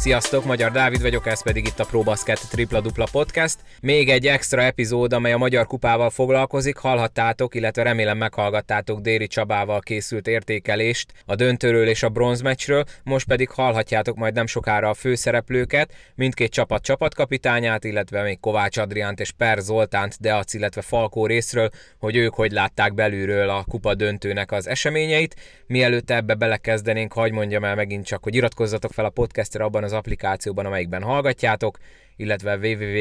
Sziasztok, Magyar Dávid vagyok, ez pedig itt a ProBasket tripla-dupla podcast. Még egy extra epizód, amely a Magyar Kupával foglalkozik. Hallhattátok, illetve remélem meghallgattátok Déri Csabával készült értékelést a döntőről és a bronzmeccsről. Most pedig hallhatjátok majd nem sokára a főszereplőket, mindkét csapat csapatkapitányát, illetve még Kovács Adriánt és Per Zoltánt, Deac, illetve Falkó részről, hogy ők hogy látták belülről a kupa döntőnek az eseményeit. Mielőtt ebbe belekezdenénk, hadd mondjam el megint csak, hogy iratkozzatok fel a podcastra abban az applikációban, amelyikben hallgatjátok, illetve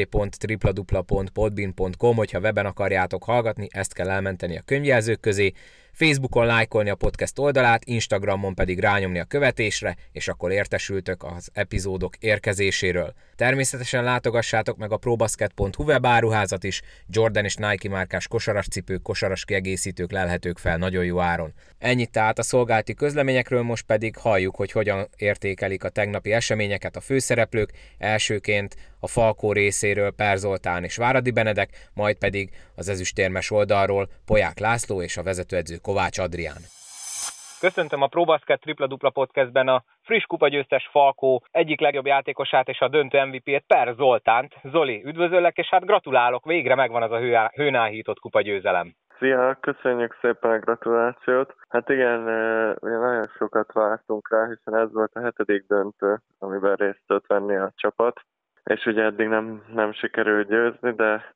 www.tripladupla.podbean.com, hogyha weben akarjátok hallgatni, ezt kell elmenteni a könyvjelzők közé, Facebookon lájkolni a podcast oldalát, Instagramon pedig rányomni a követésre, és akkor értesültök az epizódok érkezéséről. Természetesen látogassátok meg a probasket.hu webáruházat is, Jordan és Nike márkás kosarascipők, kosaras kiegészítők lelhetők fel nagyon jó áron. Ennyit tehát a szolgálati közleményekről, most pedig halljuk, hogy hogyan értékelik a tegnapi eseményeket a főszereplők, elsőként a Falkó részéről Per Zoltán és Váradi Benedek, majd pedig az ezüstérmes oldalról Poják László és a vezetőedző Kovács Adrián. Köszöntöm a ProBasket tripla-dupla podcastben a friss kupagyőztes Falkó egyik legjobb játékosát és a döntő MVP-t, Per Zoltánt. Zoli, üdvözöllek, és hát gratulálok, végre megvan az a hőn áhított kupagyőzelem. Szia, köszönjük szépen a gratulációt. Hát igen, ugye nagyon sokat vártunk rá, hiszen ez volt a 7. döntő, amiben részt tudott venni a csapat, és ugye eddig nem sikerült győzni,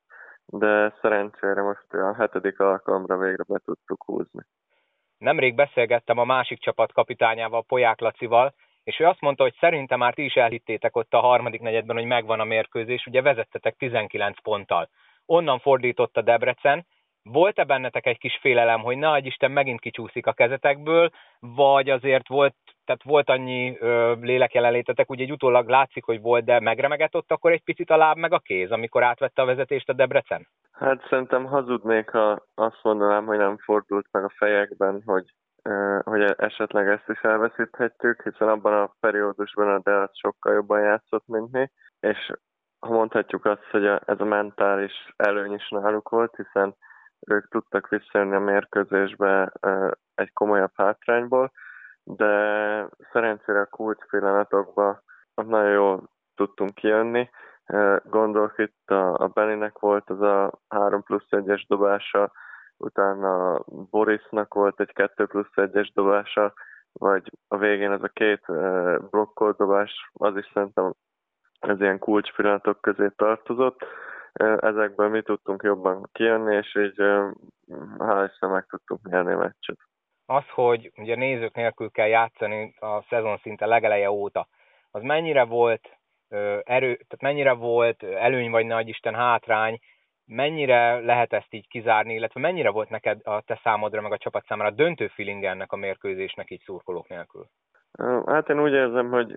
de szerencsére most a 7. alkalomra végre be tudtuk húzni. Nemrég beszélgettem a másik csapat kapitányával, Poják Lacival, és ő azt mondta, hogy szerintem már ti is elhittétek ott a harmadik negyedben, hogy megvan a mérkőzés, ugye vezettetek 19 ponttal. Onnan fordított a Debrecen. Volt-e bennetek egy kis félelem, hogy ne adj Isten megint kicsúszik a kezetekből, vagy azért volt annyi lélekjelenlétetek, ugye egy utólag látszik, hogy volt, de megremegett ott akkor egy picit a láb meg a kéz, amikor átvette a vezetést a Debrecen? Hát szerintem hazudnék, ha azt mondanám, hogy nem fordult meg a fejekben, hogy esetleg ezt is elveszíthetjük, hiszen abban a periódusban a Deac sokkal jobban játszott, mint mi, és ha mondhatjuk azt, hogy ez a mentális előny is náluk volt, hiszen ők tudtak visszajönni a mérkőzésbe egy komolyabb hátrányból, de szerencsére a kulcs pillanatokban nagyon jól tudtunk kijönni. Gondolok itt a Beninek volt az a 3+1-es dobása, utána Borisnak volt egy 2+1-es dobása, vagy a végén az a 2 blokkolt dobás, az is szerintem ez ilyen kulcs pillanatok közé tartozott. Ezekből mi tudtunk jobban kijönni, és így hál' Isten meg tudtunk nyerni a meccset. Az, hogy ugye nézők nélkül kell játszani a szezon szinte legeleje óta, az mennyire volt tehát mennyire volt előny vagy nagy Isten hátrány, mennyire lehet ezt így kizárni, illetve mennyire volt neked a te számodra meg a csapat számára a döntő feeling ennek a mérkőzésnek így szurkolók nélkül? Hát én úgy érzem, hogy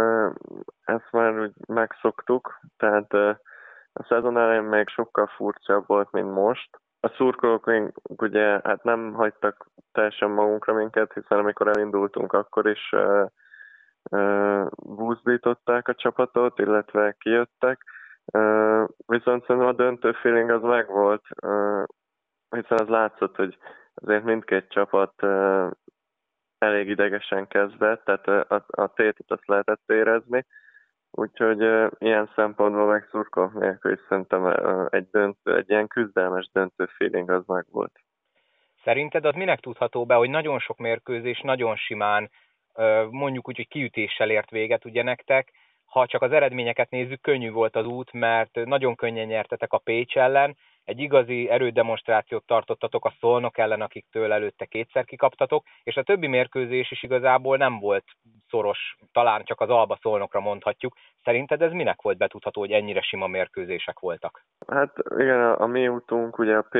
ezt már úgy megszoktuk, tehát a szezon elején még sokkal furcsább volt, mint most. A szurkolók ugye hát nem hagytak teljesen magunkra minket, hiszen amikor elindultunk, akkor is buzdították a csapatot, illetve kijöttek. Viszont szerintem a döntő feeling az megvolt, hiszen az látszott, hogy azért mindkét csapat elég idegesen kezdett, tehát a tétet azt lehetett érezni. Úgyhogy ilyen szempontból meg szurkolók nélkül is szerintem egy ilyen küzdelmes döntő feeling az megvolt. Szerinted az minek tudható be, hogy nagyon sok mérkőzés nagyon simán, mondjuk úgy, hogy kiütéssel ért véget ugye nektek? Ha csak az eredményeket nézzük, könnyű volt az út, mert nagyon könnyen nyertetek a Pécs ellen, egy igazi erődemonstrációt tartottatok a Szolnok ellen, akiktől előtte 2-szer kikaptatok, és a többi mérkőzés is igazából nem volt szoros, talán csak az Alba Szolnokra mondhatjuk. Szerinted ez minek volt betudható, hogy ennyire sima mérkőzések voltak? Hát igen, a mi útunk ugye a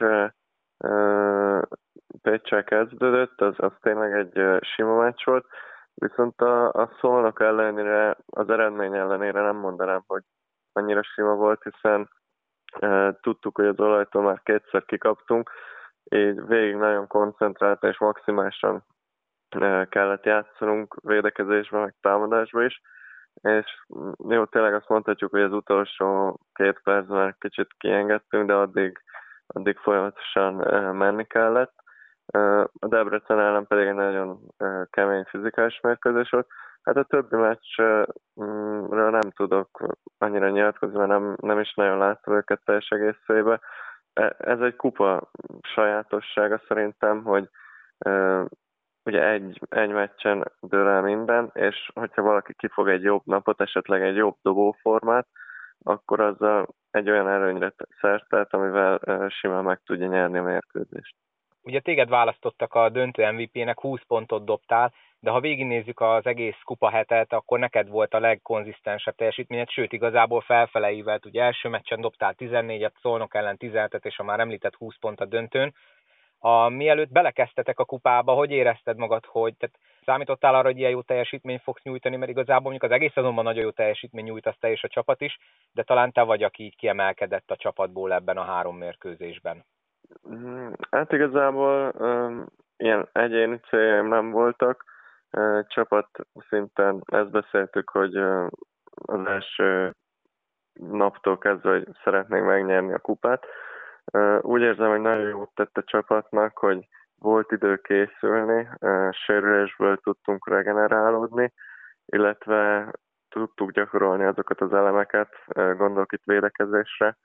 Péccsel kezdődött, az tényleg egy sima meccs volt, viszont a Szolnok ellenére, az eredmény ellenére nem mondanám, hogy annyira sima volt, hiszen tudtuk, hogy az olajtól már 2-szer kikaptunk, így végig nagyon koncentráltan és maximálisan kellett játszanunk védekezésben, meg támadásban is, és jó, tényleg azt mondhatjuk, hogy az utolsó 2 percben már kicsit kiengedtünk, de addig folyamatosan menni kellett. A Debrecen ellen pedig egy nagyon kemény fizikális mérkőzés volt. Hát a többi meccsről nem tudok annyira nyilatkozni, mert nem is nagyon láttam őket teljes egészében. Ez egy kupa sajátossága szerintem, hogy ugye egy meccsen dől el minden, és hogyha valaki kifog egy jobb napot, esetleg egy jobb dobóformát, akkor azzal egy olyan előnyre szert tehet, amivel simán meg tudja nyerni a mérkőzést. Ugye téged választottak a döntő MVP-nek, 20 pontot dobtál, de ha végignézzük az egész kupa hetet, akkor neked volt a legkonzisztensebb teljesítményed, sőt igazából felfele ívelt. Ugye első meccsen dobtál 14-et, Szolnok ellen 17-et, és a már említett 20 pont a döntőn. Mielőtt belekezdtetek a kupába, hogy érezted magad, hogy tehát számítottál arra, hogy ilyen jó teljesítményt fogsz nyújtani, mert igazából mondjuk az egész szezonban nagyon jó teljesítmény nyújtasz te és a csapat is, de talán te vagy, aki így kiemelkedett a csapatból ebben a 3 mérkőzésben. Hát igazából ilyen egyéni céljaim nem voltak. Csapat szinten ezt beszéltük, hogy az első naptól kezdve, hogy szeretnénk megnyerni a kupát. Úgy érzem, hogy nagyon jót tett a csapatnak, hogy volt idő készülni, sérülésből tudtunk regenerálódni, illetve tudtuk gyakorolni azokat az elemeket, gondolok itt védekezésre,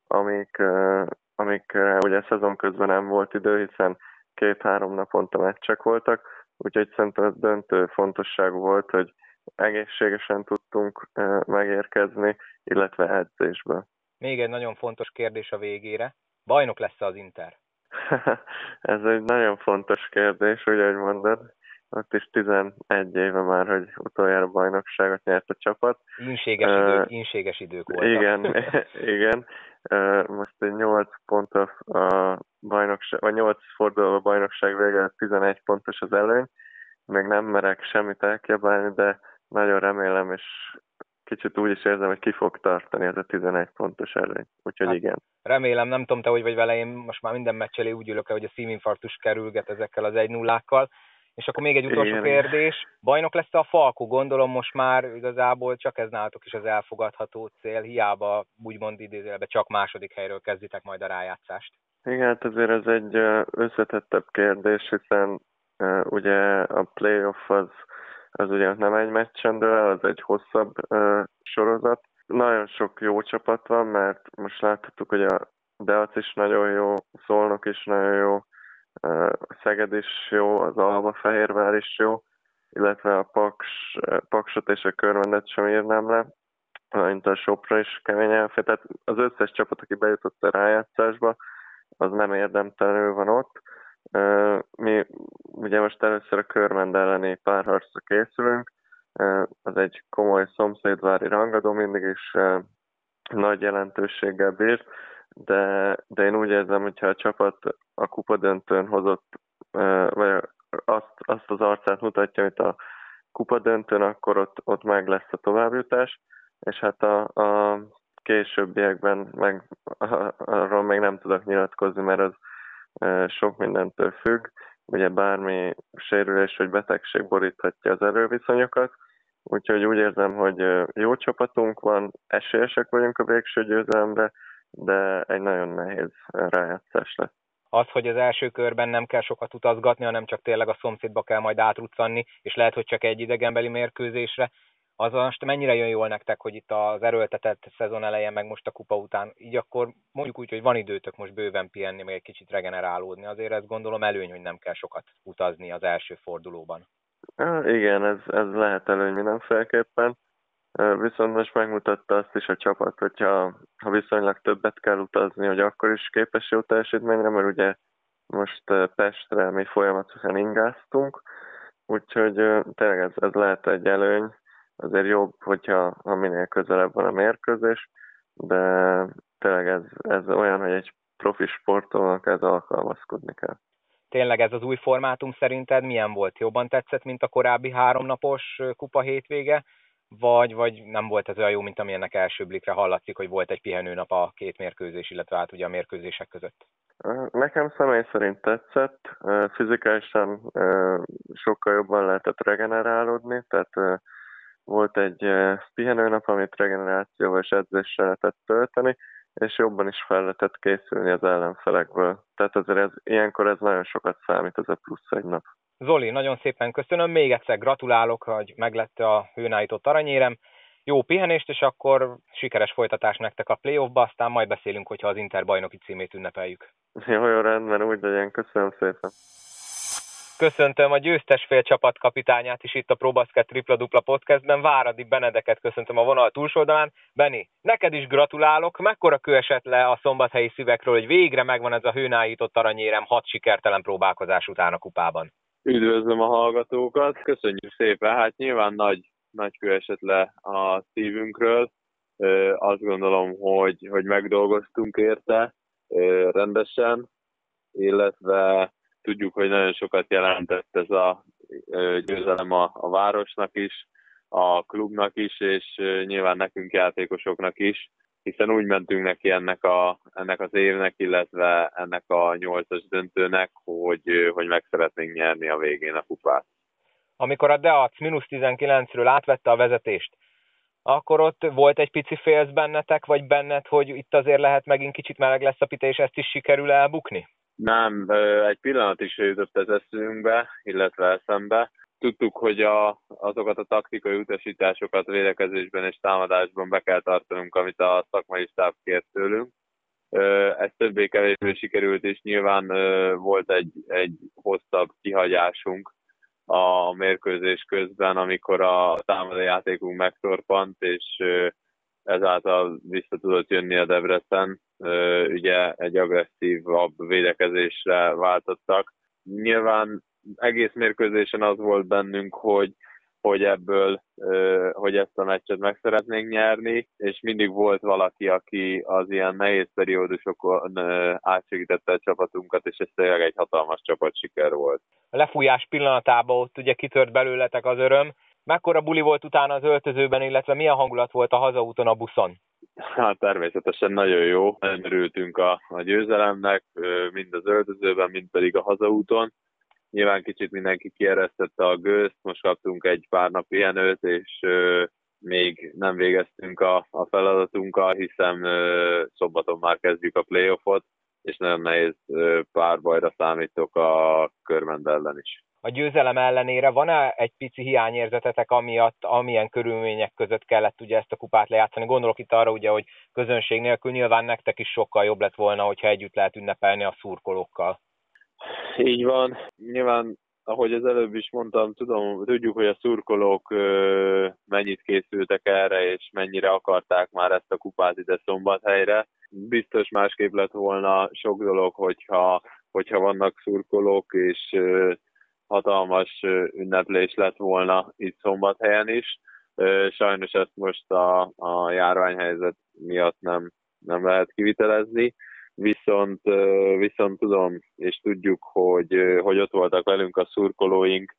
amikre ugye szezon közben nem volt idő, hiszen 2-3 naponta meccsek voltak, úgyhogy szerintem ez döntő fontosságú volt, hogy egészségesen tudtunk megérkezni, illetve edzésből. Még egy nagyon fontos kérdés a végére. Bajnok lesz az Inter? Ez egy nagyon fontos kérdés, úgy ahogy mondod. Ott is 11 éve már, hogy utoljára bajnokságot nyert a csapat. Ínséges idők voltak. Igen. Most egy 8 pont a bajnokság, vagy 8 forduló a bajnokság vége, 11 pontos az előny. Még nem merek semmit elkiabálni, de nagyon remélem, és kicsit úgy is érzem, hogy ki fog tartani ez a 11 pontos előny. Úgyhogy hát, igen. Remélem, nem tudom te, hogy vagy vele, én most már minden meccs elé úgy ülök le, hogy a szívinfarktus kerülget ezekkel az 1-0-kkal. És akkor még egy utolsó kérdés. Bajnok lesz a Falko? Gondolom most már igazából csak ez nálatok is az elfogadható cél, hiába úgymond idézőjelben csak második helyről kezditek majd a rájátszást. Igen, hát azért ez egy összetettebb kérdés, hiszen ugye a playoff az ugye nem egy meccsen dől el, az egy hosszabb sorozat. Nagyon sok jó csapat van, mert most láthattuk, hogy a Deac is nagyon jó, Szolnok is nagyon jó, Szeged is jó, az Alba-Fehérvár is jó, illetve a Paksot és a Körmendet sem írnám le, mint a Sopron is kemény elfér. Tehát az összes csapat, aki bejutott a rájátszásba, az nem érdemtelenül van ott. Mi ugye most először a Körmend elleni párharcra készülünk, az egy komoly szomszédvári rangadó, mindig is nagy jelentőséggel bír, de én úgy érzem, hogyha a csapat a kupadöntőn hozott, vagy azt az arcát mutatja, amit a kupadöntőn, akkor ott meg lesz a továbbjutás, és hát a későbbiekben arról még nem tudok nyilatkozni, mert az sok mindentől függ. Ugye bármi sérülés vagy betegség boríthatja az erőviszonyokat, úgyhogy úgy érzem, hogy jó csapatunk van, esélyesek vagyunk a végső győzelemre, de egy nagyon nehéz rájátszás lesz. Az, hogy az első körben nem kell sokat utazgatni, hanem csak tényleg a szomszédba kell majd átruccanni, és lehet, hogy csak egy idegenbeli mérkőzésre, az most mennyire jön jól nektek, hogy itt az erőltetett szezon elején, meg most a kupa után, így akkor mondjuk úgy, hogy van időtök most bőven pihenni, meg egy kicsit regenerálódni, azért ezt gondolom előny, hogy nem kell sokat utazni az első fordulóban. Igen, ez lehet előny mindenféleképpen. Viszont most megmutatta azt is a csapat, hogyha viszonylag többet kell utazni, hogy akkor is képes jó teljesítményre, mert ugye most Pestre mi folyamatosan ingáztunk, úgyhogy tényleg ez lehet egy előny, azért jobb, hogyha minél közelebb van a mérkőzés, de tényleg ez olyan, hogy egy profi sportolónak ez alkalmazkodni kell. Tényleg ez az új formátum szerinted milyen volt? Jobban tetszett, mint a korábbi 3 napos kupa hétvége? Vagy nem volt ez olyan jó, mint amilyennek első blikre hallatszik, hogy volt egy pihenőnap a 2 mérkőzés, illetve hát ugye a mérkőzések között? Nekem személy szerint tetszett. Fizikálisan sokkal jobban lehetett regenerálódni, tehát volt egy pihenőnap, amit regenerációval és edzéssel lehetett tölteni, és jobban is fel lehetett készülni az ellenfelekből. Tehát azért ilyenkor ez nagyon sokat számít, ez a plusz egy nap. Zoli, nagyon szépen köszönöm, még egyszer gratulálok, hogy meglett a hőn állított aranyérem. Jó pihenést, és akkor sikeres folytatás nektek a playoffba, aztán majd beszélünk, hogyha az Inter bajnoki címét ünnepeljük. Jó, rendben, úgy legyen. Köszönöm szépen. Köszöntöm a győztes fél csapatkapitányát is itt a ProBasket Tripla-Dupla Podcastben, Váradi Benedeket köszöntöm a vonal túlsó oldalán. Beni, neked is gratulálok, mekkora kő esett le a szombathelyi szívekről, hogy végre megvan ez a hőn állított aranyérem 6 sikertelen próbálkozás után a kupában. Üdvözlöm a hallgatókat, köszönjük szépen, hát nyilván nagy kő esett le a szívünkről, azt gondolom, hogy megdolgoztunk érte rendesen, illetve tudjuk, hogy nagyon sokat jelentett ez a győzelem a városnak is, a klubnak is, és nyilván nekünk játékosoknak is, hiszen úgy mentünk neki ennek az évnek, illetve ennek a 8-as döntőnek, hogy meg szeretnénk nyerni a végén a kupát. Amikor a Deac -19-ről átvette a vezetést, akkor ott volt egy pici félsz bennetek, vagy benned, hogy itt azért lehet megint kicsit meleg lesz a pite, és ezt is sikerül elbukni? Nem, egy pillanat is jutott ez eszünkbe, illetve eszembe. Tudtuk, hogy azokat a taktikai utasításokat védekezésben és támadásban be kell tartanunk, amit a szakmai stáb kért tőlünk. Ez többé-kevésbé sikerült, és nyilván volt egy hosszabb kihagyásunk a mérkőzés közben, amikor a támadó játékunk megtorpant, és ezáltal vissza tudott jönni a Debrecen. Ugye egy agresszívabb védekezésre váltottak. Nyilván egész mérkőzésen az volt bennünk, hogy ebből, hogy ezt a meccset meg szeretnénk nyerni, és mindig volt valaki, aki az ilyen nehéz periódusokon átsegítette a csapatunkat, és ez tényleg egy hatalmas csapatsiker volt. A lefújás pillanatában ott ugye kitört belőletek az öröm. Mekkora buli volt utána az öltözőben, illetve milyen hangulat volt a hazaúton a buszon? Hát természetesen nagyon jó. Nagyon örültünk a győzelemnek, mind az öltözőben, mind pedig a hazaúton. Nyilván kicsit mindenki kieresztette a gőzt, most kaptunk egy pár nap pihenőt, és még nem végeztünk a feladatunkkal, hiszen szombaton már kezdjük a playoffot, és nagyon nehéz párbajra számítok a Körmend ellen is. A győzelem ellenére van-e egy pici hiányérzetetek amiatt, amilyen körülmények között kellett ugye ezt a kupát lejátszani? Gondolok itt arra ugye, hogy közönség nélkül nyilván nektek is sokkal jobb lett volna, hogyha együtt lehet ünnepelni a szurkolókkal. Így van. Nyilván, ahogy az előbb is mondtam, tudjuk, hogy a szurkolók mennyit készültek erre, és mennyire akarták már ezt a kupát ide Szombathelyre. Biztos másképp lett volna sok dolog, hogyha vannak szurkolók, és hatalmas ünneplés lett volna itt Szombathelyen is. Sajnos ezt most a járványhelyzet miatt nem lehet kivitelezni. Viszont tudom, és tudjuk, hogy ott voltak velünk a szurkolóink,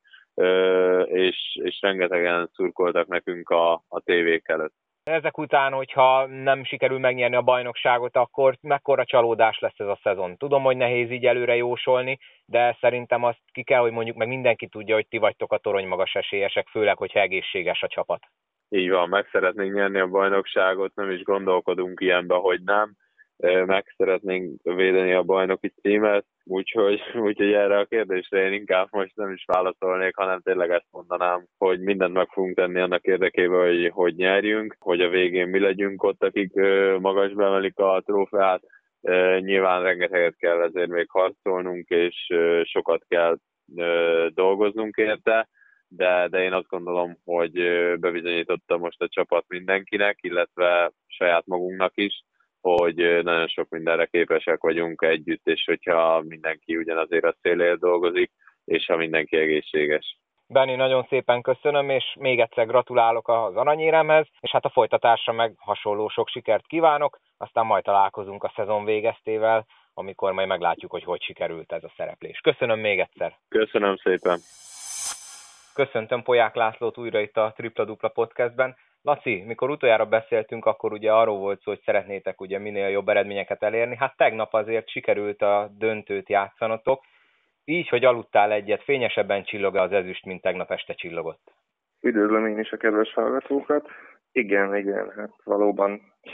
és rengetegen szurkoltak nekünk a tévék előtt. Ezek után, hogyha nem sikerül megnyerni a bajnokságot, akkor mekkora csalódás lesz ez a szezon? Tudom, hogy nehéz így előre jósolni, de szerintem azt ki kell, hogy mondjuk meg mindenki tudja, hogy ti vagytok a toronymagas esélyesek, főleg, hogyha egészséges a csapat. Így van, meg szeretnénk nyerni a bajnokságot, nem is gondolkodunk ilyenbe, hogy nem. Meg szeretnénk védeni a bajnoki címet, úgyhogy erre a kérdésre én inkább most nem is válaszolnék, hanem tényleg ezt mondanám, hogy mindent meg fogunk tenni annak érdekében, hogy nyerjünk, hogy a végén mi legyünk ott, akik magasba emelik a trófeát. Nyilván rengeteget kell ezért még harcolnunk, és sokat kell dolgoznunk érte, de én azt gondolom, hogy bebizonyította most a csapat mindenkinek, illetve saját magunknak is, hogy nagyon sok mindenre képesek vagyunk együtt, és hogyha mindenki ugyanazért a célért dolgozik, és ha mindenki egészséges. Benni, nagyon szépen köszönöm, és még egyszer gratulálok az aranyéremhez, és hát a folytatásra meg hasonló sok sikert kívánok, aztán majd találkozunk a szezon végeztével, amikor majd meglátjuk, hogy sikerült ez a szereplés. Köszönöm még egyszer! Köszönöm szépen! Köszöntöm Poják Lászlót újra itt a Tripla-Dupla Podcastben. Laci, mikor utoljára beszéltünk, akkor ugye arról volt szó, hogy szeretnétek ugye minél jobb eredményeket elérni. Hát tegnap azért sikerült a döntőt játszanotok. Így, hogy aludtál egyet, fényesebben csillog az ezüst, mint tegnap este csillogott. Üdvözlöm én is a kedves hallgatókat. Igen, hát valóban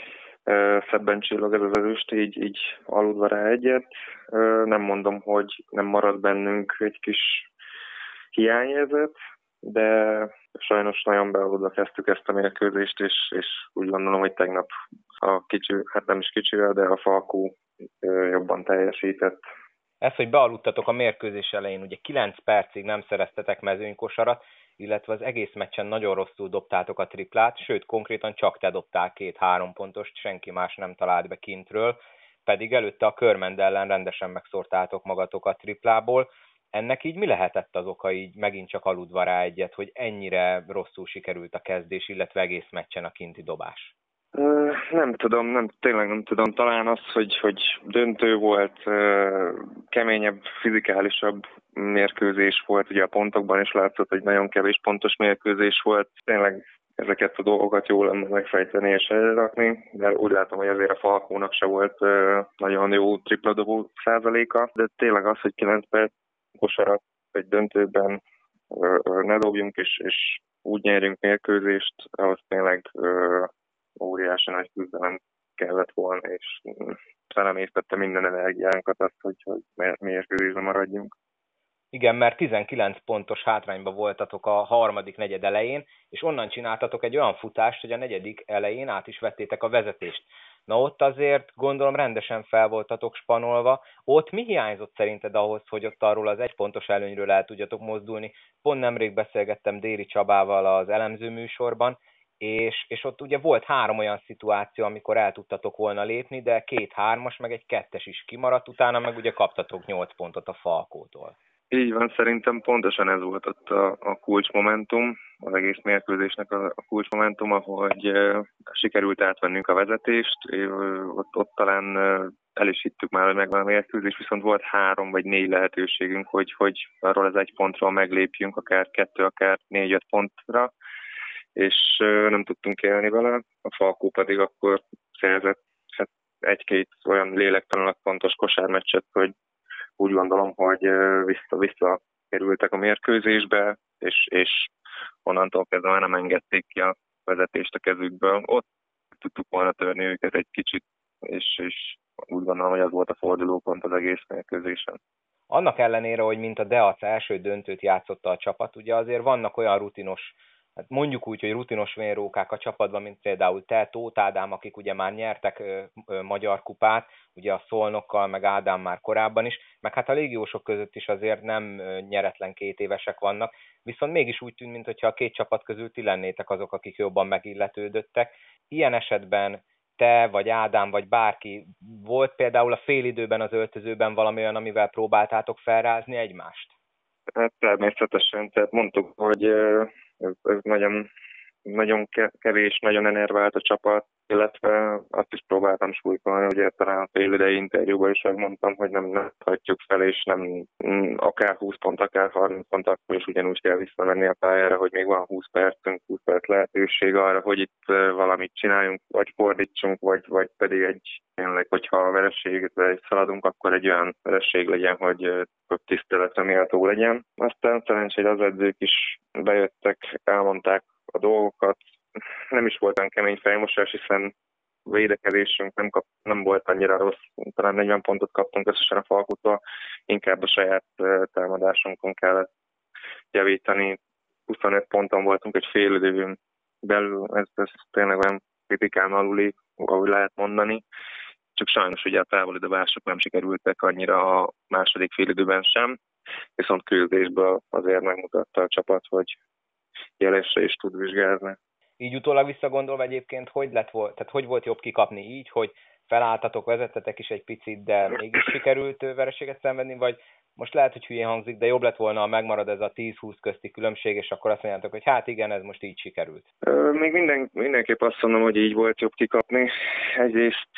szebben csillog ez az ezüst, így aludva rá egyet. Nem mondom, hogy nem marad bennünk egy kis hiányérzet, de sajnos nagyon bealudva kezdtük ezt a mérkőzést, és úgy gondolom, hogy tegnap a kicsi, hát nem is kicsivel, de a Falkó jobban teljesített. Ez, hogy bealudtatok a mérkőzés elején, ugye 9 percig nem szereztetek mezőnykosarat, illetve az egész meccsen nagyon rosszul dobtátok a triplát, sőt, konkrétan csak te dobtál 2-3 pontost, senki más nem talált be kintről, pedig előtte a Körmend ellen rendesen megszórtátok magatokat triplából. Ennek így mi lehetett az oka, így megint csak aludva rá egyet, hogy ennyire rosszul sikerült a kezdés, illetve egész meccsen a kinti dobás? Nem tudom, tényleg nem tudom. Talán az, hogy döntő volt, keményebb, fizikálisabb mérkőzés volt, ugye a pontokban is látszott, hogy nagyon kevés pontos mérkőzés volt. Tényleg ezeket a dolgokat jól lenne megfejteni és elrakni, de úgy látom, hogy azért a Falkónak se volt nagyon jó tripladobó százaléka, de tényleg az, hogy 9 perc kosarat egy döntőben ne dobjunk és úgy nyerjünk mérkőzést, ahhoz tényleg óriási nagy küzdelem kellett volna, és felemésztette minden energiánkat azt, hogy mérkőzésben maradjunk. Igen, mert 19 pontos hátrányban voltatok a harmadik negyed elején, és onnan csináltatok egy olyan futást, hogy a negyedik elején át is vettétek a vezetést. Na ott azért gondolom rendesen fel voltatok spanolva. Ott mi hiányzott szerinted ahhoz, hogy ott arról az egy pontos előnyről el tudjatok mozdulni? Pont nemrég beszélgettem Déri Csabával az elemző műsorban, és ott ugye volt 3 olyan szituáció, amikor el tudtatok volna lépni, de 2 3-as, meg egy 2-es is kimaradt, utána meg ugye kaptatok 8 pontot a Falkótól. Így van, szerintem pontosan ez volt ott a kulcsmomentum, az egész mérkőzésnek a kulcsmomentuma, hogy sikerült átvennünk a vezetést, ott talán el is hittük már, hogy megvan a mérkőzés, viszont volt 3 vagy 4 lehetőségünk, hogy arról az egy pontról meglépjünk, akár 2, akár 4-5 pontra, és nem tudtunk élni vele. A Falkó pedig akkor szerzett 1-2 olyan lélektalanul fontos kosármeccset, hogy úgy gondolom, hogy vissza kerültek a mérkőzésbe, és onnantól kezdve már nem engedték ki a vezetést a kezükből. Ott tudtuk volna törni őket egy kicsit, és úgy gondolom, hogy az volt a fordulópont az egész mérkőzésen. Annak ellenére, hogy mint a Deac első döntőt játszotta a csapat, ugye azért vannak olyan rutinos, hát mondjuk úgy, hogy rutinos vénrókák a csapatban, mint például te, Tóth Ádám, akik ugye már nyertek magyar kupát, ugye a Szolnokkal, meg Ádám már korábban is, meg hát a légiósok között is azért nem nyeretlen 2 évesek vannak, viszont mégis úgy tűnt, mintha a 2 csapat közül ti lennétek azok, akik jobban megilletődöttek. Ilyen esetben te, vagy Ádám, vagy bárki, volt például a félidőben az öltözőben valami olyan, amivel próbáltátok felrázni egymást? Hát természetesen, tehát mondtuk, hogy ez nagyon kevés, nagyon enervált a csapat, illetve azt is próbáltam súlykolni, ugye talán a félidei interjúban is megmondtam, hogy nem hagyjuk fel, és nem akár 20 pont, akár 30 pont, akkor is ugyanúgy kell visszamenni a pályára, hogy még van 20 percünk, 20 perc lehetőség arra, hogy itt valamit csináljunk, vagy fordítsunk, vagy pedig tényleg, hogyha a vereségre szaladunk, akkor egy olyan vereség legyen, hogy tiszteletre méltó legyen. Aztán szerencsére az edzők is bejöttek, elmondták a dolgokat. Nem is volt olyan kemény fejmosás, hiszen védekezésünk nem volt annyira rossz. Talán 40 pontot kaptunk összesen a Falkótól, inkább a saját támadásunkon kellett javítani. 25 ponton voltunk egy fél időn belül, ez tényleg olyan kritikán aluli, ahogy lehet mondani. Csak sajnos ugye a távolidobások nem sikerültek annyira a második fél időben sem, viszont küldésből azért megmutatta a csapat, hogy jelesre is tud vizsgálni. Így utólag visszagondolva egyébként, hogy volt jobb kikapni így, hogy felálltatok, vezettetek is egy picit, de mégis sikerült vereséget szenvedni, vagy most lehet, hogy hülyén hangzik, de jobb lett volna, ha megmarad ez a 10-20 közti különbség, és akkor azt mondjátok, hogy hát igen, ez most így sikerült. Még mindenképp azt mondom, hogy így volt jobb kikapni. Egyrészt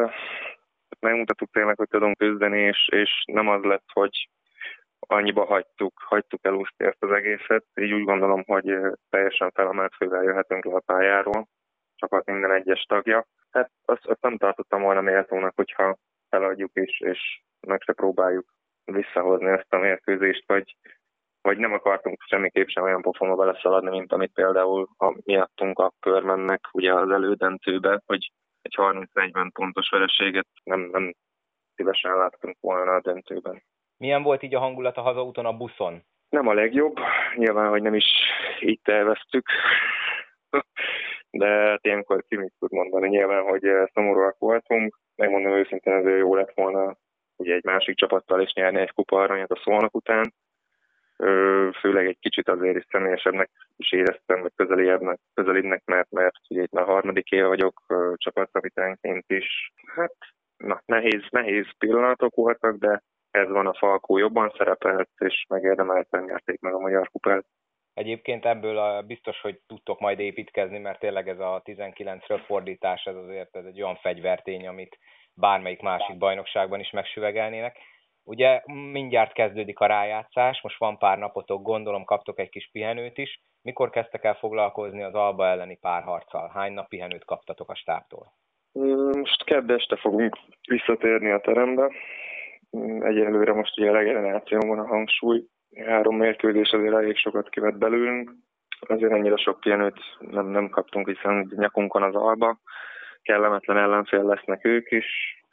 megmutattuk tényleg, hogy tudunk küzdeni, és nem az lett, hogy annyiba hagytuk elúszni ezt az egészet. Így úgy gondolom, hogy teljesen felemelt fővel jöhetünk le a pályáról, csapat minden egyes tagja. Hát azt nem tartottam volna méltónak, hogyha feladjuk és meg se próbáljuk visszahozni ezt a mérkőzést, vagy nem akartunk semmiképp sem olyan pofonba beleszaladni, mint amit például miattunk a Körmennek ugye az elődöntőbe, hogy egy 30-40 pontos vereséget nem szívesen láttunk volna a döntőben. Milyen volt így a hangulat a hazaúton a buszon? Nem a legjobb, nyilván, hogy nem is így terveztük, de ilyenkor ki mit tud mondani. Nyilván, hogy szomorúak voltunk, megmondom őszintén, ezért jó lett volna ugye egy másik csapattal is nyerni egy kupa aranyat a Szolnok után. Főleg egy kicsit azért is személyesebbnek is éreztem, vagy közelibbnek, mert ugye itt már harmadik éve vagyok csapatkapitányként is. Hát, nehéz pillanatok voltak, de ez van, a Falkó jobban szerepelt, és megérdemelten nyerték meg a Magyar Kupát. Egyébként ebből biztos, hogy tudtok majd építkezni, mert tényleg ez a 19-ről fordítás, ez egy olyan fegyvertény, amit bármelyik másik bajnokságban is megsüvegelnének. Ugye mindjárt kezdődik a rájátszás, most van pár napotok, gondolom kaptok egy kis pihenőt is. Mikor kezdtek el foglalkozni az Alba elleni párharccal? Hány nap pihenőt kaptatok a stábtól? Most kedd este fogunk visszatérni a terembe. Egyelőre most ugye a regeneráción van a hangsúly. 3 mérkőzés azért elég sokat kivett belőlünk. Azért ennyire sok pihenőt nem kaptunk, hiszen nyakunkon az Alba. Kellemetlen ellenfél lesznek ők is,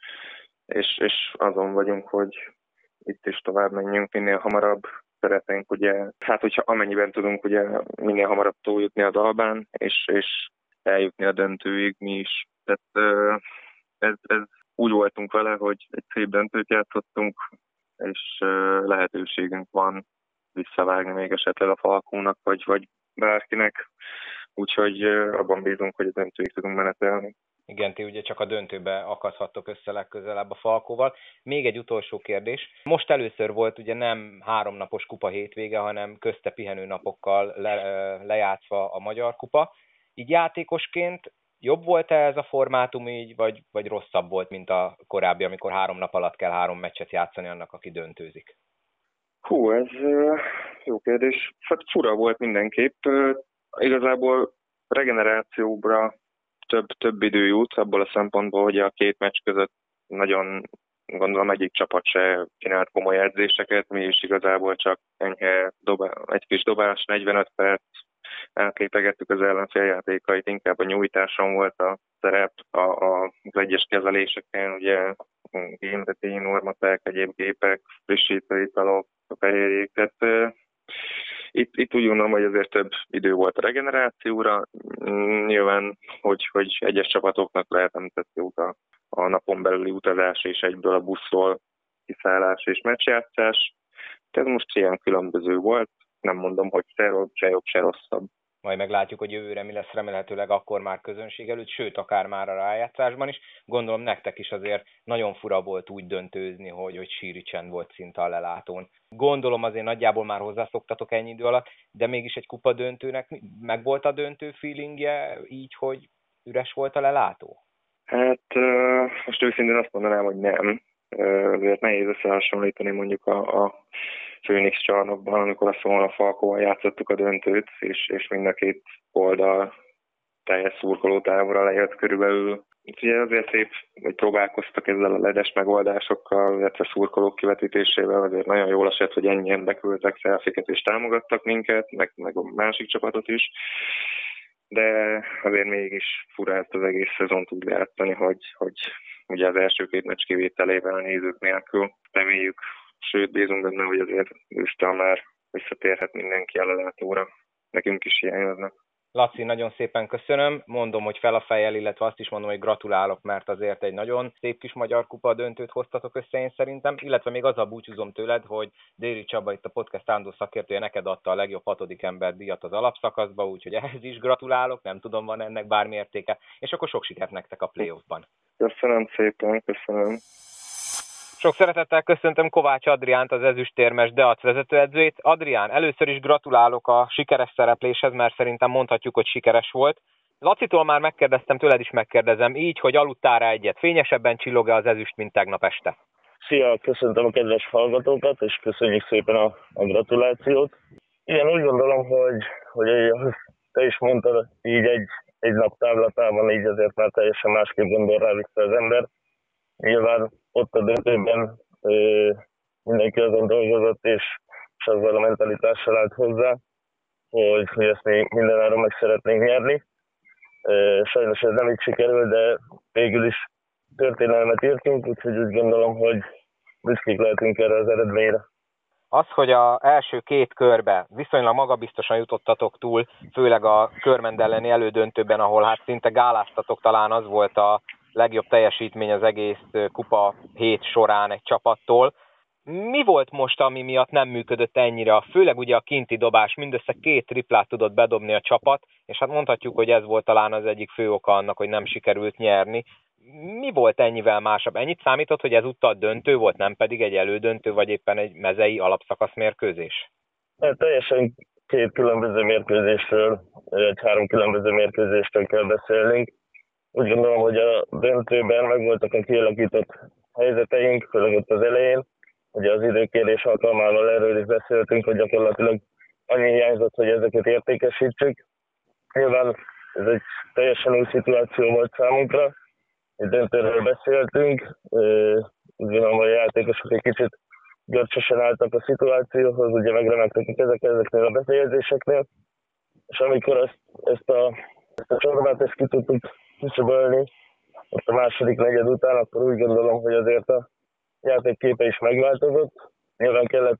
és azon vagyunk, hogy itt is tovább menjünk minél hamarabb. Szeretnénk ugye, hát hogyha amennyiben tudunk ugye minél hamarabb túljutni az Albán, és eljutni a döntőig mi is. Tehát ez úgy voltunk vele, hogy egy szép döntőt játszottunk, és lehetőségünk van visszavágni még esetleg a Falkónak, vagy bárkinek. Úgyhogy abban bízunk, hogy a döntőig tudunk menetelni. Igen, ti ugye csak a döntőbe akadhattok össze legközelebb a Falkóval. Még egy utolsó kérdés. Most először volt ugye nem 3 napos kupa hétvége, hanem közte pihenő napokkal lejátszva a Magyar Kupa. Így játékosként jobb volt-e ez a formátum így, vagy rosszabb volt, mint a korábbi, amikor 3 nap alatt kell 3 meccset játszani annak, aki döntőzik? Hú, ez jó kérdés. Hát fura volt mindenképp. Igazából regenerációra több idő jut, abból a szempontból, hogy a 2 meccs között nagyon gondolom egyik csapat se csinált komoly edzéseket, mi is igazából csak enyhe egy kis dobás, 45 perc, elképegettük az ellenfél játékait, inkább a nyújtáson volt a szerep, az egyes kezeléseken, ugye gémreti, normatek, egyéb gépek, frissítő italok, a fehérjék, tehát itt úgy gondolom, hogy azért több idő volt a regenerációra. Nyilván, hogy egyes csapatoknak lehet nem tett jót a napon belüli utazás és egyből a buszról kiszállás és meccsjátszás. Ez most ilyen különböző volt. Nem mondom, hogy se jobb, se rosszabb. Majd meglátjuk, hogy jövőre mi lesz, remélhetőleg akkor már közönség előtt, sőt, akár már a rájátszásban is. Gondolom nektek is azért nagyon fura volt úgy döntőzni, hogy síri csend volt szinte a lelátón. Gondolom azért nagyjából már hozzászoktatok ennyi idő alatt, de mégis egy kupa döntőnek meg volt a döntő feelingje így, hogy üres volt a lelátó? Hát most őszintén azt mondanám, hogy nem. Azért nehéz összehasonlítani mondjuk a Phoenix csarnokban, amikor a Szolnok Falkóval játszottuk a döntőt, és mind a 2 oldal teljes szurkolótáborra lejött körülbelül. Ugye azért szép, hogy próbálkoztak ezzel a ledes megoldásokkal, illetve szurkolók kivetítésével, azért nagyon jól esett, hogy ennyien beküldtek szelfiket és támogattak minket, meg a másik csapatot is. De azért mégis fura ezt az egész szezont úgy játszani, hogy ugye az első 2 meccs kivételével nézők nélkül reméljük, sőt bízunk benne, hogy azért ősztől már visszatérhet mindenki a lelátóra. Nekünk is hiányoznak. Laci, nagyon szépen köszönöm. Mondom, hogy fel a fejjel, illetve azt is mondom, hogy gratulálok, mert azért egy nagyon szép kis Magyar Kupa döntőt hoztatok össze én szerintem, illetve még azzal búcsúzom tőled, hogy Déri Csaba, itt a podcast állandó szakértője, neked adta a legjobb 6. ember díjat az alapszakaszba, úgyhogy ehhez is gratulálok, nem tudom, van ennek bármi értéke, és akkor sok sikert nektek a playoffban. Köszönöm szépen, köszönöm. Sok szeretettel köszöntöm Kovács Adriánt, az ezüstérmes Deac vezetőedzőjét. Adrián, először is gratulálok a sikeres szerepléshez, mert szerintem mondhatjuk, hogy sikeres volt. Lacitól már megkérdeztem, tőled is megkérdezem, így, hogy aludtál rá egyet. Fényesebben csillog-e az ezüst, mint tegnap este? Szia, köszöntöm a kedves hallgatókat, és köszönjük szépen a gratulációt. Igen, úgy gondolom, hogy te is mondtad, így egy nap távlatában így azért már teljesen másképp gondol rá vissza az ember. Nyilván ott a döntőben mindenki azon dolgozott, és azzal a mentalitással állt hozzá, hogy ezt még mindenáron meg szeretnénk nyerni. Sajnos ez nem így sikerült, de végül is történelmet írtunk, úgyhogy úgy gondolom, hogy büszkék lehetünk erre az eredményre. Az, hogy az első két körbe viszonylag magabiztosan jutottatok túl, főleg a Körmend elleni elődöntőben, ahol hát szinte gáláztatok, talán az volt a legjobb teljesítmény az egész kupa hét során egy csapattól. Mi volt most, ami miatt nem működött ennyire? Főleg ugye a kinti dobás, mindössze 2 triplát tudott bedobni a csapat, és hát mondhatjuk, hogy ez volt talán az egyik fő oka annak, hogy nem sikerült nyerni. Mi volt ennyivel másabb? Ennyit számított, hogy ezúttal döntő volt, nem pedig egy elődöntő, vagy éppen egy mezei alapszakasz mérkőzés? Teljesen 2 különböző mérkőzésről, egy 3 különböző mérkőzéstől kell beszélnünk. Úgy gondolom, hogy a döntőben megvoltak a kialakított helyzeteink, főleg ott az elején. Ugye az időkérés alkalmával erről is beszéltünk, hogy gyakorlatilag annyi hiányzott, hogy ezeket értékesítsük. Nyilván ez egy teljesen új szituáció volt számunkra, egy döntőről beszéltünk, úgy gondolom, hogy a játékosok egy kicsit görcsösen álltak a szituációhoz, ugye megremegtek ezeknél a befejezéseknél, és amikor ezt a csorbát ki tudtuk küszöbölni, ott a második negyed után, akkor úgy gondolom, hogy azért a játék képe is megváltozott. Nyilván kellett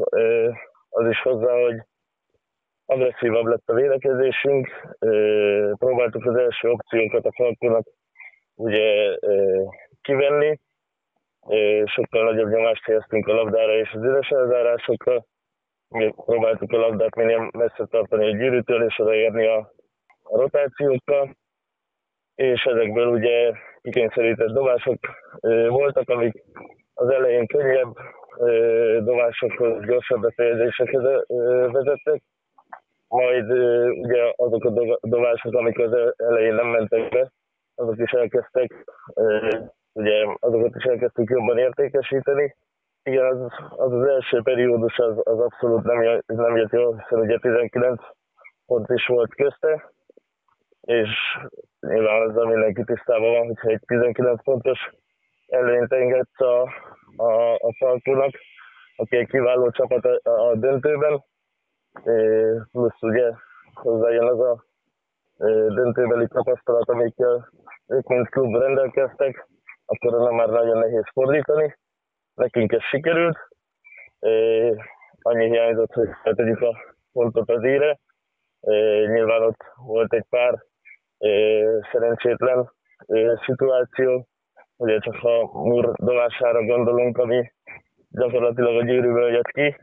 az is hozzá, hogy agresszívabb lett a védekezésünk. Próbáltuk az első opciókat a Falkonak ugye kivenni. Sokkal nagyobb nyomást helyeztünk a labdára és az üres elzárásokra. Próbáltuk a labdát minél messze tartani a gyűrűtől és odaérni a rotációkkal. És ezekből ugye kikényszerített dobások voltak, amik az elején könnyebb dobásokhoz, gyorsabb befejezésekhez vezettek. Majd ugye azok a dobások, amik az elején nem mentek be, azok is elkezdtek, ugye azokat is elkezdtük jobban értékesíteni. Igen, az első periódus az abszolút nem jött jól, hiszen ugye 19 pont is volt közte, és nyilván azzal mindenki tisztában van, hogyha egy 19 pontos előnyt engedsz a Falkónak, aki egy kiváló csapat a döntőben, plusz ugye hozzájön az a döntőbeli tapasztalat, amikkel ők mint klub rendelkeztek, akkor onnan már nagyon nehéz fordítani. Nekünk ez sikerült, annyi hiányzott, hogy tegyük a pontot az íre. Nyilván ott volt egy pár szerencsétlen szituáció, ugye csak ha Mur dovására gondolunk, ami gyakorlatilag a gyűrűből jött ki,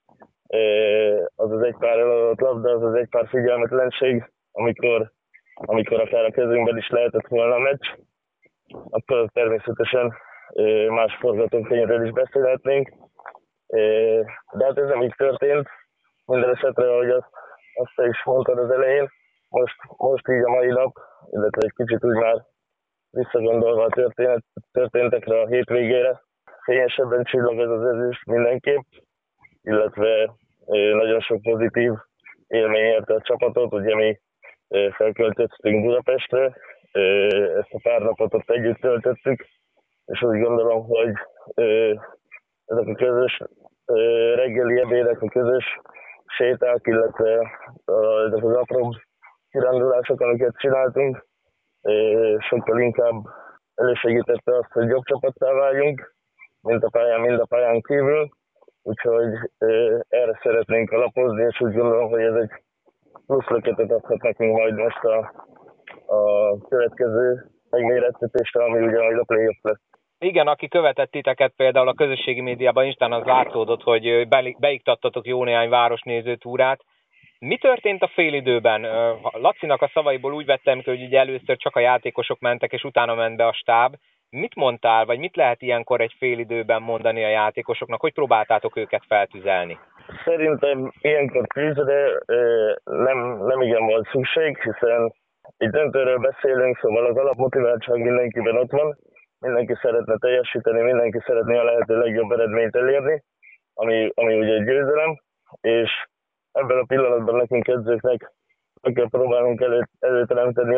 az az egy pár eladott labda, az az egy pár figyelmetlenség, amikor akár a kezünkben is lehetett volna a meccs, akkor természetesen más forgatókönyvről is beszélhetnénk, de hát ez nem így történt. Minden esetre, ahogy azt te is mondtad az elején, most így a mai nap, illetve egy kicsit úgy már visszagondolva a történtekre a hétvégére, fényesebben csillag ez az ezüst mindenképp, illetve nagyon sok pozitív élmény érte a csapatot, ugye mi felköltöztünk Budapestre, ezt a pár napot ott együtt töltöttük, és úgy gondolom, hogy ezek a közös reggeli ebédek, a közös séták, illetve ezek az apróbb kirándulások, amiket csináltunk, sokkal inkább elősegítette azt, hogy jobb csapattá váljunk, mind a pályán, mind a pályán kívül. Úgyhogy erre szeretnénk alapozni, és úgy gondolom, hogy ez egy plusz löketet adhat nekünk majd most a következő megmérettetésre, ami ugye majd a play-off lesz. Igen, aki követett titeket például a közösségi médiában Instán, az látszódott, hogy beiktattatok jó néhány városnézőtúrát. Mi történt a félidőben? Lacinak a szavaiból úgy vettem ki, hogy ugye először csak a játékosok mentek, és utána ment be a stáb. Mit mondtál, vagy mit lehet ilyenkor egy félidőben mondani a játékosoknak? Hogy próbáltátok őket feltüzelni? Szerintem ilyenkor tűzre nem igen volt szükség, hiszen itt döntőről beszélünk, szóval az alapmotiváltság mindenkiben ott van. Mindenki szeretne teljesíteni, mindenki szeretné a lehető legjobb eredményt elérni, ami ugye egy győzelem, és ebben a pillanatban nekünk edzőknek meg kell próbálnunk előteremteni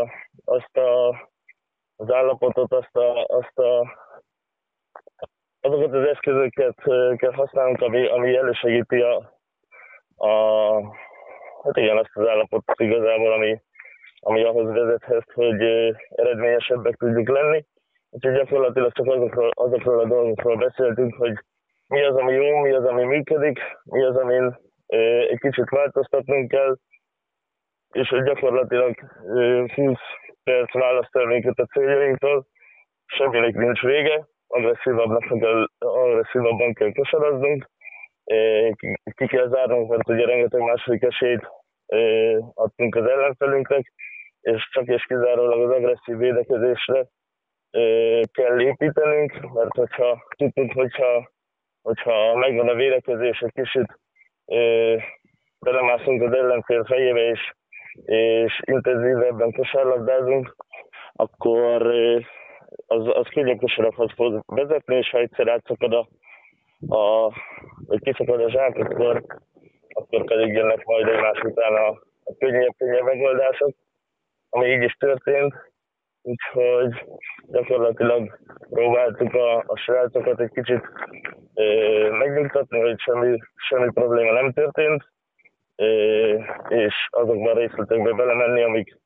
az állapotot, azokat az eszközöket kell használnunk, ami elősegíti hát igen, azt az állapotot igazából, ami ahhoz vezethet, hogy eredményesebbek tudjuk lenni. Úgyhogy gyakorlatilag csak azokról a dolgokról beszéltünk, hogy mi az, ami jó, mi az, ami működik, mi az, amin egy kicsit változtatnunk kell, és hogy gyakorlatilag 20 perc választ el minket a céljainktól, semminek nincs vége, agresszívabban kell kosaraznunk, ki kell zárnunk, mert ugye rengeteg második esélyt adtunk az ellenfelünknek, és csak és kizárólag az agresszív védekezésre kell építenünk, mert tudtuk, hogyha megvan a védekezés, egy kicsit belemászunk az ellenfél fejébe, és intenzívebben kosárlabdázunk, akkor az könnyebb kosarakhoz fog vezetni, és ha egyszer átszakad vagy kiszakad a zsák, akkor pedig jönnek majd egymás után a könnyebb megoldások, ami így is történt. Úgyhogy gyakorlatilag próbáltuk a srácokat egy kicsit megnyugtatni, hogy semmi probléma nem történt, és azokban a részletekbe belemenni,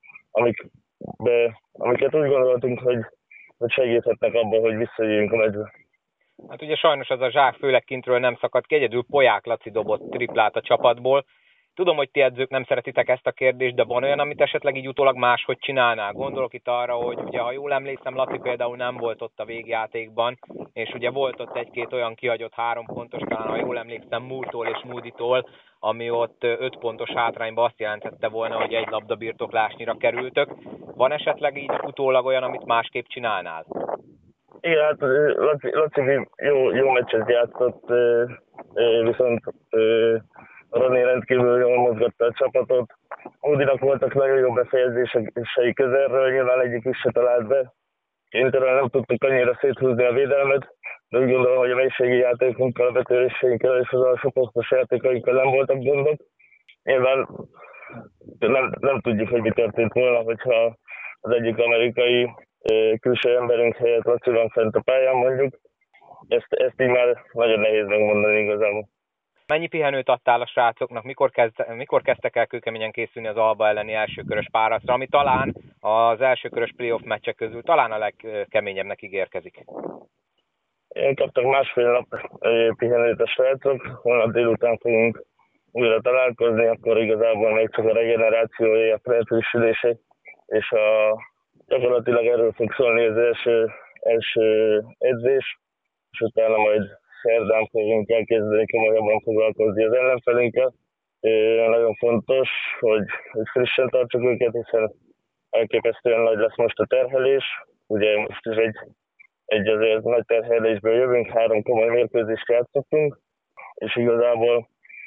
amiket úgy gondoltunk, hogy segíthetnek abban, hogy visszajöjjünk a meccsbe. Hát ugye sajnos az a zsák főleg kintről nem szakadt ki, egyedül Poják Laci dobott triplát a csapatból. Tudom, hogy ti edzők nem szeretitek ezt a kérdést, de van olyan, amit esetleg így utólag máshogy csinálnál? Gondolok itt arra, hogy ugye, ha jól emlékszem, Laci például nem volt ott a végjátékban, és ugye volt ott egy-két olyan kihagyott 3 pontos, talán ha jól emlékszem, Múltól és Moody-tól, ami ott 5 pontos hátrányba azt jelentette volna, hogy egy labdabirtoklásnyira kerültök. Van esetleg így utólag olyan, amit másképp csinálnál? Igen, hát Laci jó meccset játszott, viszont Rani rendkívül jól mozgatta a csapatot. Moodynak voltak nagyon jó befejezései közelről, nyilván egyik is se talált be. Kénytelen nem tudtuk annyira széthúzni a védelmet, de úgy gondolom, hogy a mélységi játékunkkal, a betöréseinkkel és az alsó posztos játékainkkal nem voltak gondok. Nyilván nem tudjuk, hogy mi történt volna, hogyha az egyik amerikai külső emberünk helyett Laci van fent a pályán, mondjuk. Ezt így már nagyon nehéz megmondani igazából. Mennyi pihenőt adtál a srácoknak? Mikor kezdtek el kőkeményen készülni az Alba elleni elsőkörös párharcra, ami talán az elsőkörös playoff meccsek közül talán a legkeményebbnek ígérkezik? Kaptak 1,5 nap pihenőt a srácok, holnap délután fogunk újra találkozni, akkor igazából még csak a regenerációja, a felfrissülése, és gyakorlatilag erről fog szólni az első edzés, és utána majd szerdán fogunk elkezdeni komolyabban foglalkozni az ellenfelünkkel. Nagyon fontos, hogy frissen tartsuk őket, hiszen elképesztően nagy lesz most a terhelés. Ugye most is egy azért nagy terhelésből jövünk, 3 komoly mérkőzést játszottunk, és igazából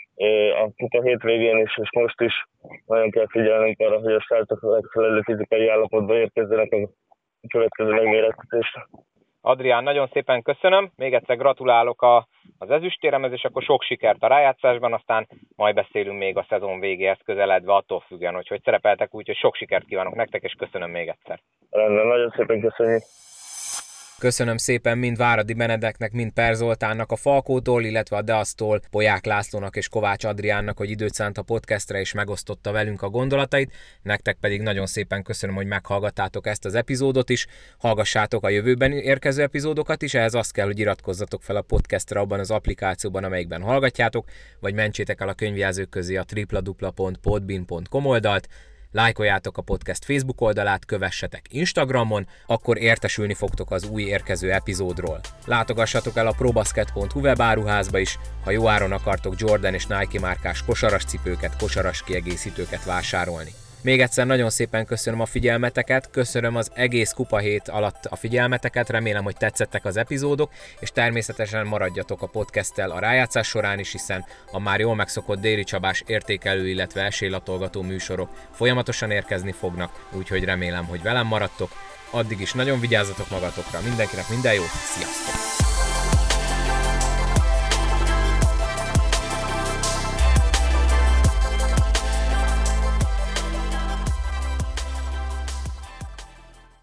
a kupa hétvégén is, és most is nagyon kell figyelnünk arra, hogy a srácok megfelelő fizikai állapotba érkezzenek a következő megmérettetésre. Adrián, nagyon szépen köszönöm, még egyszer gratulálok az ezüstéremhez, és akkor sok sikert a rájátszásban, aztán majd beszélünk még a szezon végéhez közeledve, attól függően, hogy szerepeltek, úgyhogy sok sikert kívánok nektek, és köszönöm még egyszer. Rendben, nagyon szépen köszönjük. Köszönöm szépen mind Váradi Benedeknek, mind Per Zoltánnak a Falkótól, illetve a Deasztól, Poják Lászlónak és Kovács Adriánnak, hogy időt szánt a podcastre és megosztotta velünk a gondolatait. Nektek pedig nagyon szépen köszönöm, hogy meghallgattátok ezt az epizódot is. Hallgassátok a jövőben érkező epizódokat is, ehhez azt kell, hogy iratkozzatok fel a podcastra abban az applikációban, amelyikben hallgatjátok, vagy mentsétek el a könyvjelzők közé a www.podbean.com oldalt, lájkoljátok a podcast Facebook oldalát, kövessetek Instagramon, akkor értesülni fogtok az új érkező epizódról. Látogassatok el a probasket.hu webáruházba is, ha jó áron akartok Jordan és Nike márkás kosaras cipőket, kosaras kiegészítőket vásárolni. Még egyszer nagyon szépen köszönöm a figyelmeteket, köszönöm az egész kupa hét alatt a figyelmeteket, remélem, hogy tetszettek az epizódok, és természetesen maradjatok a podcasttel a rájátszás során is, hiszen a már jól megszokott Déri Csabás értékelő, illetve esélylatolgató műsorok folyamatosan érkezni fognak, úgyhogy remélem, hogy velem maradtok. Addig is nagyon vigyázzatok magatokra, mindenkinek minden jót, sziasztok!